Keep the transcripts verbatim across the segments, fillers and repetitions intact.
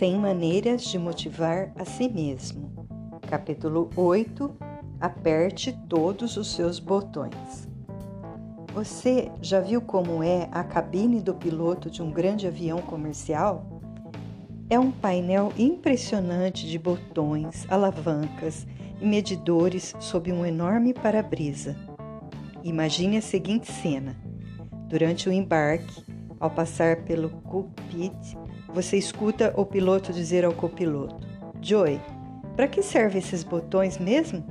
cem maneiras de motivar a si mesmo. Capítulo oito. Aperte todos os seus botões. Você já viu como é a cabine do piloto de um grande avião comercial? É um painel impressionante de botões, alavancas e medidores sob um enorme para-brisa. Imagine a seguinte cena. Durante o embarque, ao passar pelo cockpit, você escuta o piloto dizer ao copiloto: Joey, para que servem esses botões mesmo?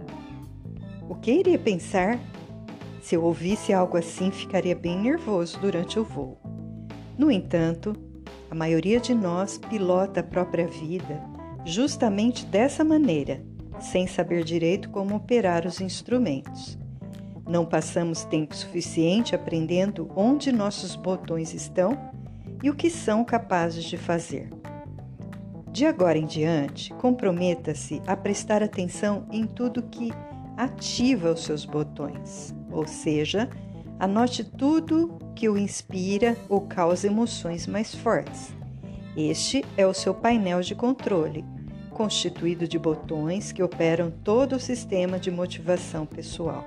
O que iria pensar? Se eu ouvisse algo assim, ficaria bem nervoso durante o voo. No entanto, a maioria de nós pilota a própria vida justamente dessa maneira, sem saber direito como operar os instrumentos. Não passamos tempo suficiente aprendendo onde nossos botões estão e o que são capazes de fazer. De agora em diante, comprometa-se a prestar atenção em tudo que ativa os seus botões, ou seja, anote tudo que o inspira ou causa emoções mais fortes. Este é o seu painel de controle, constituído de botões que operam todo o sistema de motivação pessoal.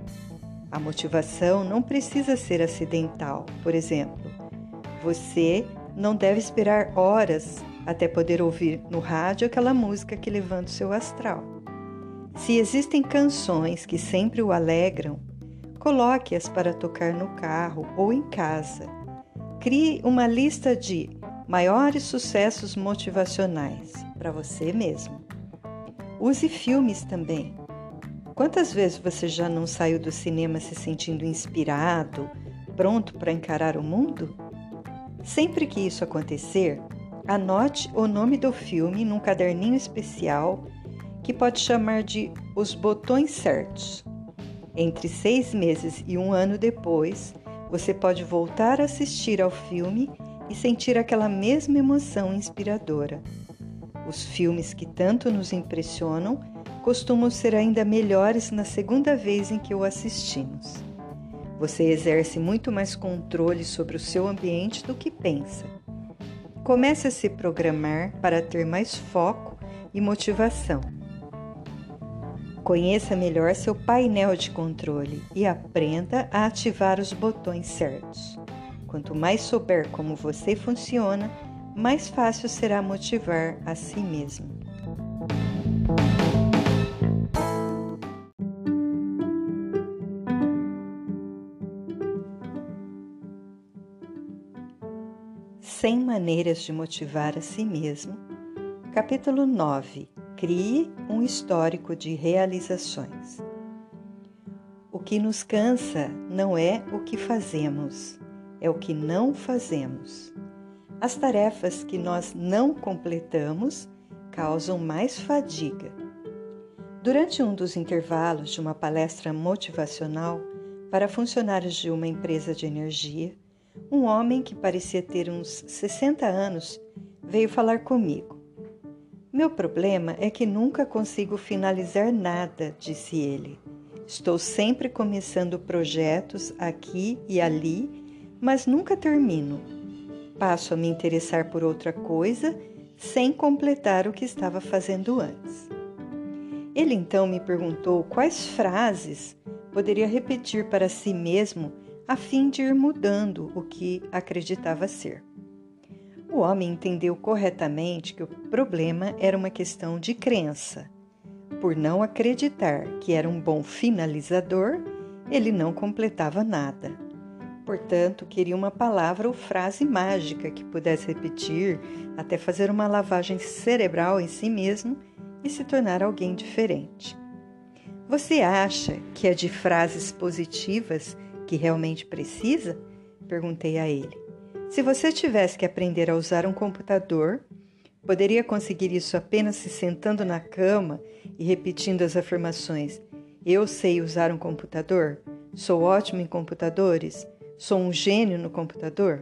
A motivação não precisa ser acidental. Por exemplo, você não deve esperar horas até poder ouvir no rádio aquela música que levanta o seu astral. Se existem canções que sempre o alegram, coloque-as para tocar no carro ou em casa. Crie uma lista de maiores sucessos motivacionais para você mesmo. Use filmes também. Quantas vezes você já não saiu do cinema se sentindo inspirado, pronto para encarar o mundo? Sempre que isso acontecer, anote o nome do filme num caderninho especial que pode chamar de Os Botões Certos. Entre seis meses e um ano depois, você pode voltar a assistir ao filme e sentir aquela mesma emoção inspiradora. Os filmes que tanto nos impressionam costumam ser ainda melhores na segunda vez em que o assistimos. Você exerce muito mais controle sobre o seu ambiente do que pensa. Comece a se programar para ter mais foco e motivação. Conheça melhor seu painel de controle e aprenda a ativar os botões certos. Quanto mais souber como você funciona, mais fácil será motivar a si mesmo. cem maneiras de motivar a si mesmo. Capítulo nove. Crie um histórico de realizações. O que nos cansa não é o que fazemos, é o que não fazemos. As tarefas que nós não completamos causam mais fadiga. Durante um dos intervalos de uma palestra motivacional para funcionários de uma empresa de energia, um homem que parecia ter uns sessenta anos veio falar comigo. Meu problema é que nunca consigo finalizar nada, disse ele. Estou sempre começando projetos aqui e ali, mas nunca termino. Passo a me interessar por outra coisa sem completar o que estava fazendo antes. Ele então me perguntou quais frases poderia repetir para si mesmo a fim de ir mudando o que acreditava ser. O homem entendeu corretamente que o problema era uma questão de crença. Por não acreditar que era um bom finalizador, ele não completava nada. Portanto, queria uma palavra ou frase mágica que pudesse repetir até fazer uma lavagem cerebral em si mesmo e se tornar alguém diferente. Você acha que é de frases positivas que realmente precisa? Perguntei a ele. Se você tivesse que aprender a usar um computador, poderia conseguir isso apenas se sentando na cama e repetindo as afirmações: eu sei usar um computador, sou ótimo em computadores, sou um gênio no computador?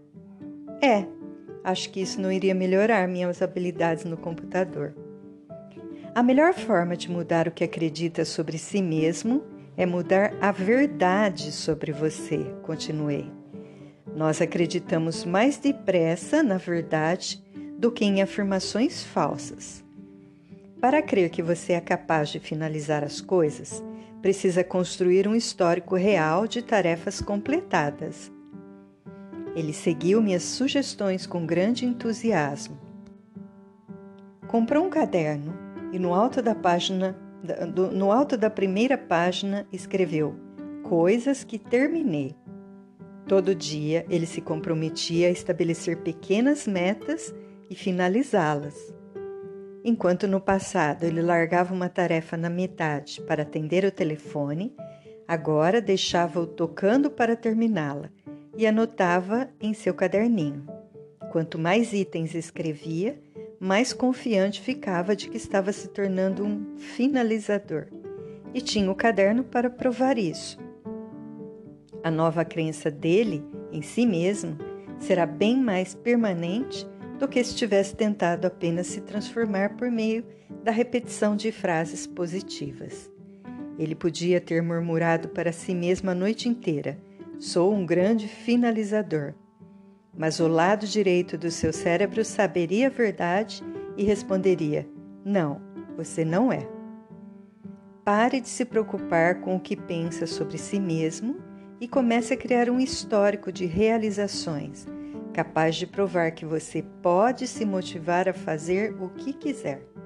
É, acho que isso não iria melhorar minhas habilidades no computador. A melhor forma de mudar o que acredita sobre si mesmo é mudar a verdade sobre você, continuei. Nós acreditamos mais depressa na verdade do que em afirmações falsas. Para crer que você é capaz de finalizar as coisas, precisa construir um histórico real de tarefas completadas. Ele seguiu minhas sugestões com grande entusiasmo. Comprou um caderno e no alto da página, no alto da primeira página escreveu coisas que terminei. Todo dia ele se comprometia a estabelecer pequenas metas e finalizá-las. Enquanto no passado ele largava uma tarefa na metade para atender o telefone, agora deixava-o tocando para terminá-la e anotava em seu caderninho. Quanto mais itens escrevia, mais confiante ficava de que estava se tornando um finalizador. E tinha o caderno para provar isso. A nova crença dele em si mesmo será bem mais permanente do que se tivesse tentado apenas se transformar por meio da repetição de frases positivas. Ele podia ter murmurado para si mesmo a noite inteira: sou um grande finalizador. Mas o lado direito do seu cérebro saberia a verdade e responderia: não, você não é. Pare de se preocupar com o que pensa sobre si mesmo e comece a criar um histórico de realizações, capaz de provar que você pode se motivar a fazer o que quiser.